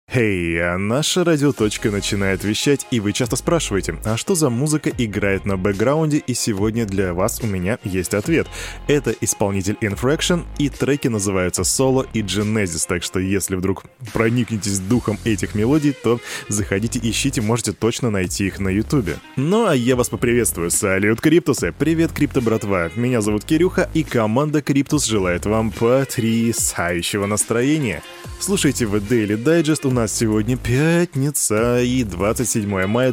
Наша радиоточка начинает вещать, и вы часто спрашиваете, а что за музыка играет на бэкграунде, и сегодня для вас у меня есть ответ. Это исполнитель Infraction, и треки называются Solo и Genesis, так что если вдруг проникнетесь духом этих мелодий, то заходите, ищите, можете точно найти их на ютубе. Ну а я вас поприветствую, салют, Криптусы! Привет, Крипто братва! Меня зовут Кирюха, и команда Криптус желает вам потрясающего настроения. Слушайте вы Daily Digest, у нас сегодня пятница и 27 мая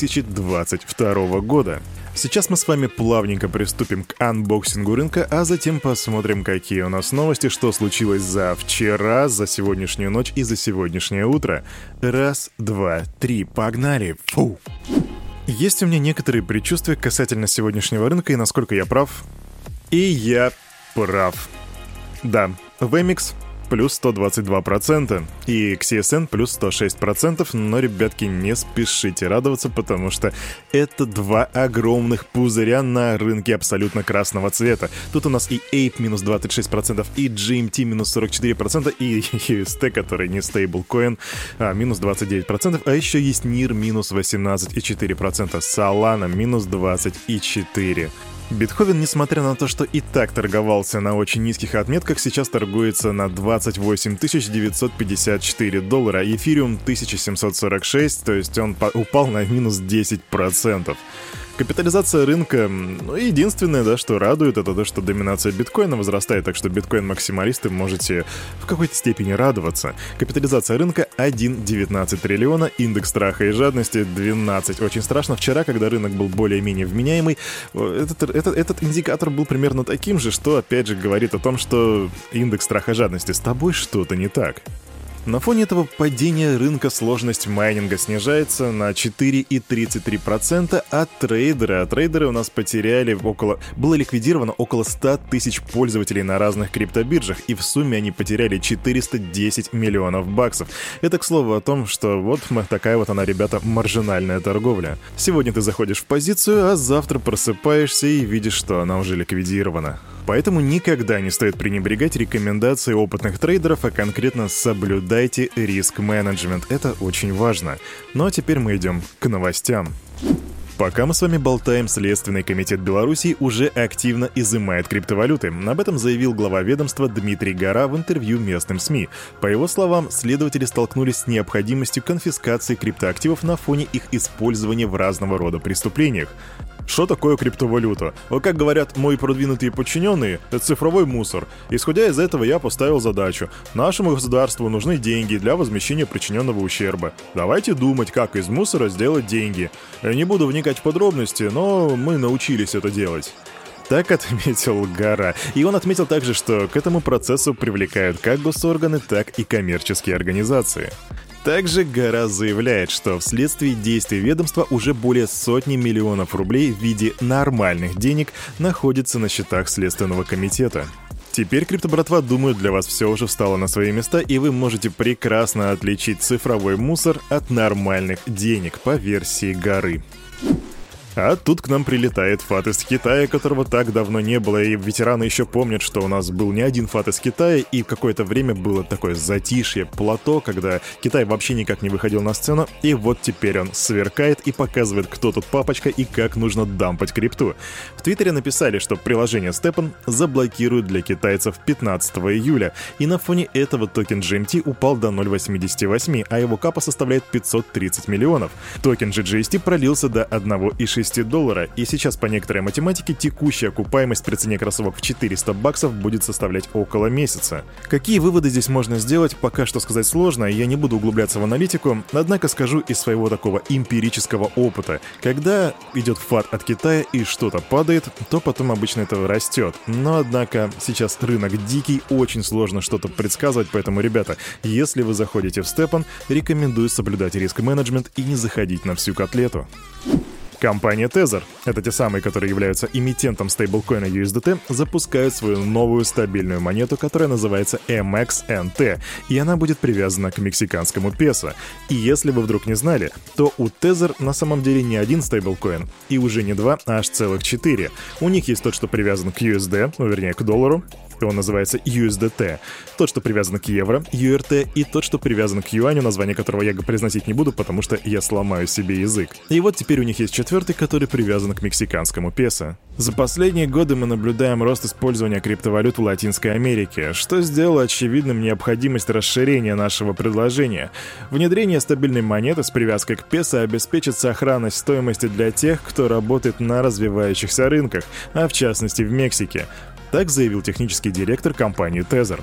2022 года. Сейчас мы с вами плавненько приступим к анбоксингу рынка, а затем посмотрим, какие у нас новости, что случилось за вчера, за сегодняшнюю ночь и за сегодняшнее утро. Раз, два, три, погнали! Фу! Есть у меня некоторые предчувствия касательно сегодняшнего рынка и насколько я прав. И я прав. Да, VMEX плюс 122%, и XSN плюс 106%, но, ребятки, не спешите радоваться, потому что это два огромных пузыря на рынке абсолютно красного цвета. Тут у нас и Ape минус 26%, и GMT минус 44%, и UST, который не стейблкоин, минус 29%, а еще есть NIR минус 18,4%, Solana минус 24%. Битховен, несмотря на то, что и так торговался на очень низких отметках, сейчас торгуется на 28 954 доллара, эфириум 1746, то есть он упал на минус 10%. Капитализация рынка, единственное, да, что радует, это то, что доминация биткоина возрастает, так что биткоин-максималисты можете в какой-то степени радоваться. Капитализация рынка 1,19 триллиона, индекс страха и жадности 12. Очень страшно. Вчера, когда рынок был более-менее вменяемый, этот индикатор был примерно таким же, что, опять же, говорит о том, что индекс страха и жадности, с тобой что-то не так. На фоне этого падения рынка сложность майнинга снижается на 4,33%, а трейдеры у нас потеряли было ликвидировано около 100 тысяч пользователей на разных криптобиржах, и в сумме они потеряли 410 миллионов баксов. Это, к слову, о том, что вот такая вот она, ребята, маржинальная торговля. Сегодня ты заходишь в позицию, а завтра просыпаешься и видишь, что она уже ликвидирована. Поэтому никогда не стоит пренебрегать рекомендацией опытных трейдеров, а конкретно соблюдайте риск-менеджмент. Это очень важно. Ну а теперь мы идем к новостям. Пока мы с вами болтаем, Следственный комитет Беларуси уже активно изымает криптовалюты. Об этом заявил глава ведомства Дмитрий Гора в интервью местным СМИ. По его словам, следователи столкнулись с необходимостью конфискации криптоактивов на фоне их использования в разного рода преступлениях. Что такое криптовалюта? Как говорят мои продвинутые подчиненные, это цифровой мусор. Исходя из этого, я поставил задачу. Нашему государству нужны деньги для возмещения причиненного ущерба. Давайте думать, как из мусора сделать деньги. Я не буду вникать в подробности, но мы научились это делать. Так отметил Гора. И он отметил также, что к этому процессу привлекают как госорганы, так и коммерческие организации. Также Гора заявляет, что вследствие действий ведомства уже более сотни миллионов рублей в виде нормальных денег находится на счетах Следственного комитета. Теперь, крипто-братва, думаю, для вас все уже встало на свои места, и вы можете прекрасно отличить цифровой мусор от нормальных денег по версии Горы. А тут к нам прилетает фат из Китая, которого так давно не было, и ветераны еще помнят, что у нас был не один фат из Китая, и какое-то время было такое затишье, плато, когда Китай вообще никак не выходил на сцену, и вот теперь он сверкает и показывает, кто тут папочка и как нужно дампать крипту. В Твиттере написали, что приложение Stepan заблокируют для китайцев 15 июля, и на фоне этого токен GMT упал до 0,88, а его капа составляет 530 миллионов. Токен GGST пролился до 1,6 $, и сейчас по некоторой математике текущая окупаемость при цене кроссовок в 400 баксов будет составлять около месяца. Какие выводы здесь можно сделать, пока что сказать сложно, и я не буду углубляться в аналитику, однако скажу из своего такого эмпирического опыта. Когда идет фат от Китая и что-то падает, то потом обычно это растет. Но однако сейчас рынок дикий, очень сложно что-то предсказывать, поэтому, ребята, если вы заходите в Stepan, рекомендую соблюдать риск-менеджмент и не заходить на всю котлету. Компания Tether, это те самые, которые являются эмитентом стейблкоина USDT, запускают свою новую стабильную монету, которая называется MXNT, и она будет привязана к мексиканскому песо. И если вы вдруг не знали, то у Tether на самом деле не один стейблкоин, и уже не два, а аж целых 4. У них есть тот, что привязан к USD, вернее к доллару, Он называется USDT. Тот, что привязан к евро, URT, и тот, что привязан к юаню, название которого я произносить не буду, потому что я сломаю себе язык. И вот теперь у них есть четвертый, который привязан к мексиканскому песо. За последние годы мы наблюдаем рост использования криптовалют в Латинской Америке, что сделало очевидным необходимость расширения нашего предложения. Внедрение стабильной монеты с привязкой к песо обеспечит сохранность стоимости для тех, кто работает на развивающихся рынках, а в частности в Мексике. Так заявил технический директор компании Tether.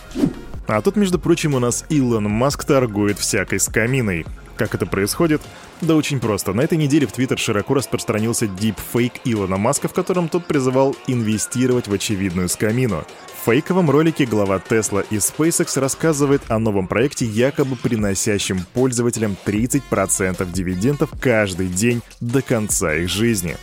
А тут, между прочим, у нас Илон Маск торгует всякой скаминой. Как это происходит? Да очень просто. На этой неделе в Твиттер широко распространился дипфейк Илона Маска, в котором тот призывал инвестировать в очевидную скамину. В фейковом ролике глава Tesla и SpaceX рассказывает о новом проекте, якобы приносящем пользователям 30% дивидендов каждый день до конца их жизни.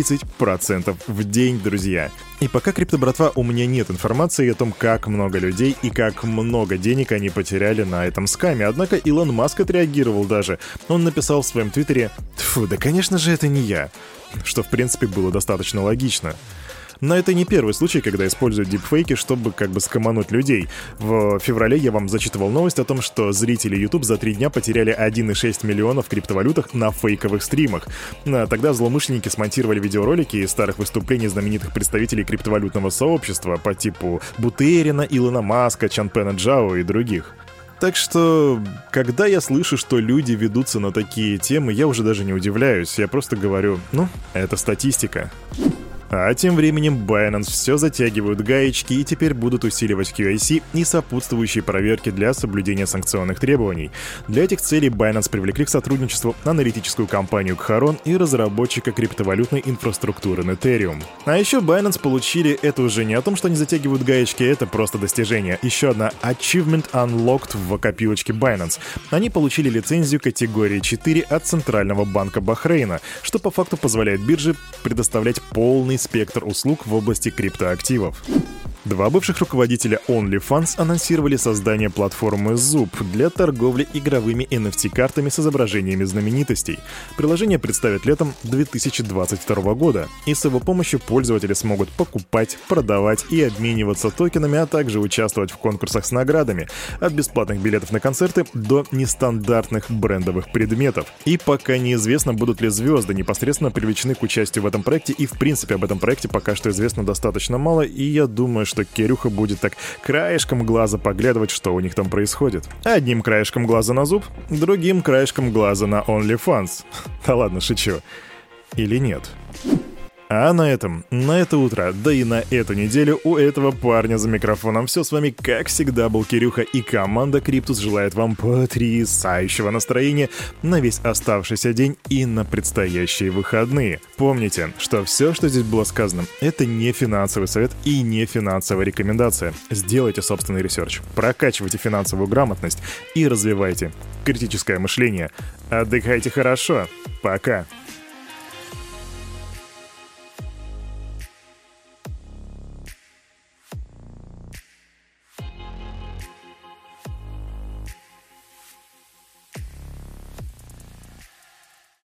30% в день, друзья. И пока, крипто-братва, у меня нет информации о том, как много людей и как много денег они потеряли на этом скаме. Однако Илон Маск отреагировал даже. Он написал в своем твиттере: «Тьфу, да конечно же это не я». Что в принципе было достаточно логично. Но это не первый случай, когда используют дипфейки, чтобы как бы скомануть людей. В феврале я вам зачитывал новость о том, что зрители YouTube за 3 дня потеряли 1,6 миллиона в криптовалютах на фейковых стримах. Тогда злоумышленники смонтировали видеоролики из старых выступлений знаменитых представителей криптовалютного сообщества по типу Бутерина, Илона Маска, Чанпена Джао и других. Так что, когда я слышу, что люди ведутся на такие темы, я уже даже не удивляюсь. Я просто говорю, это статистика. А тем временем Binance все затягивают гаечки и теперь будут усиливать QIC и сопутствующие проверки для соблюдения санкционных требований. Для этих целей Binance привлекли к сотрудничеству аналитическую компанию Kharon и разработчика криптовалютной инфраструктуры Ethereum. А еще Binance получили, это уже не о том, что они затягивают гаечки, это просто достижение. Еще одна Achievement Unlocked в копилочке Binance. Они получили лицензию категории 4 от Центрального банка Бахрейна, что по факту позволяет бирже предоставлять полный спектр услуг в области криптоактивов. Два бывших руководителя OnlyFans анонсировали создание платформы Zoop для торговли игровыми NFT-картами с изображениями знаменитостей. Приложение представят летом 2022 года, и с его помощью пользователи смогут покупать, продавать и обмениваться токенами, а также участвовать в конкурсах с наградами, от бесплатных билетов на концерты до нестандартных брендовых предметов. И пока неизвестно, будут ли звезды непосредственно привлечены к участию в этом проекте, и в принципе об этом проекте пока что известно достаточно мало, и я думаю, что Кирюха будет так краешком глаза поглядывать, что у них там происходит. Одним краешком глаза на Zoop, другим краешком глаза на OnlyFans. Да ладно, шучу. Или нет? А на это утро, да и на эту неделю у этого парня за микрофоном все. С вами, как всегда, был Кирюха, и команда Криптус желает вам потрясающего настроения на весь оставшийся день и на предстоящие выходные. Помните, что все, что здесь было сказано, это не финансовый совет и не финансовая рекомендация. Сделайте собственный ресерч, прокачивайте финансовую грамотность и развивайте критическое мышление. Отдыхайте хорошо. Пока.